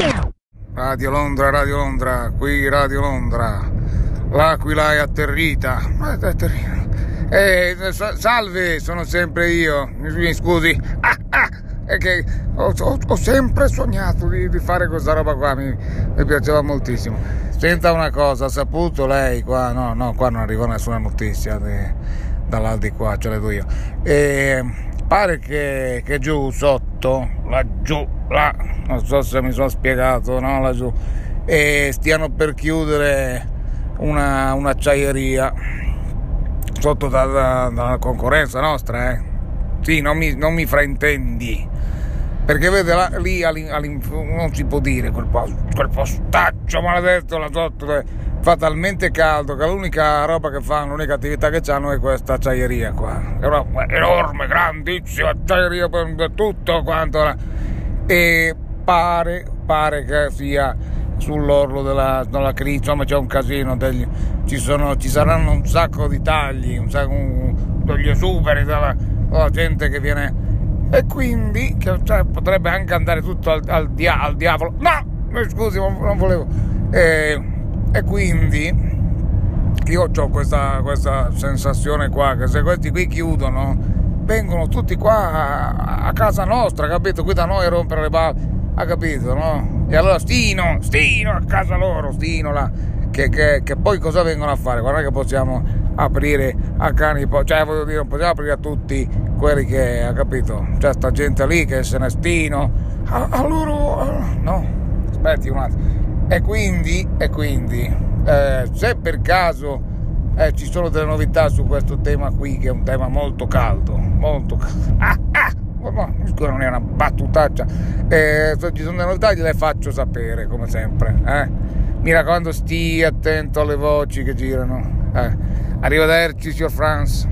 Radio Londra, qui Radio Londra. L'aquila è atterrita. Salve, sono sempre io. Mi scusi. È che ho sempre sognato di fare questa roba qua, mi piaceva moltissimo. Senta una cosa, ha saputo lei qua? No, qua non arriva nessuna notizia dall'alto di qua, ce le do io. Pare che giù sotto, laggiù, là, non so se mi sono spiegato, no, laggiù, stiano per chiudere un'acciaieria sotto dalla concorrenza nostra, Sì, non mi fraintendi, perché vede lì non si può dire quel postaccio maledetto là sotto, fa talmente caldo che l'unica roba che fanno, l'unica attività che hanno è questa acciaieria qua, è una enorme, grandissima acciaieria per tutto quanto e pare che sia sull'orlo della crisi, insomma c'è un casino, ci saranno un sacco di tagli, degli esuberi della gente che viene, e quindi potrebbe anche andare tutto al diavolo. No, scusi, non volevo. E quindi io ho questa sensazione qua, che se questi qui chiudono, vengono tutti qua a casa nostra, capito? Qui da noi a rompere le balle, ha capito, no? E allora stino a casa loro, stino là, che poi cosa vengono a fare? Guarda che possiamo aprire a cani, cioè voglio dire, non possiamo aprire a tutti quelli che, ha capito? Cioè sta gente lì che se ne stino a loro, no, aspetti un attimo. E quindi se per caso ci sono delle novità su questo tema qui, che è un tema molto caldo, non è una battutaccia, se ci sono delle novità gliele faccio sapere come sempre, mi raccomando, stia attento alle voci che girano. Arrivederci, signor France.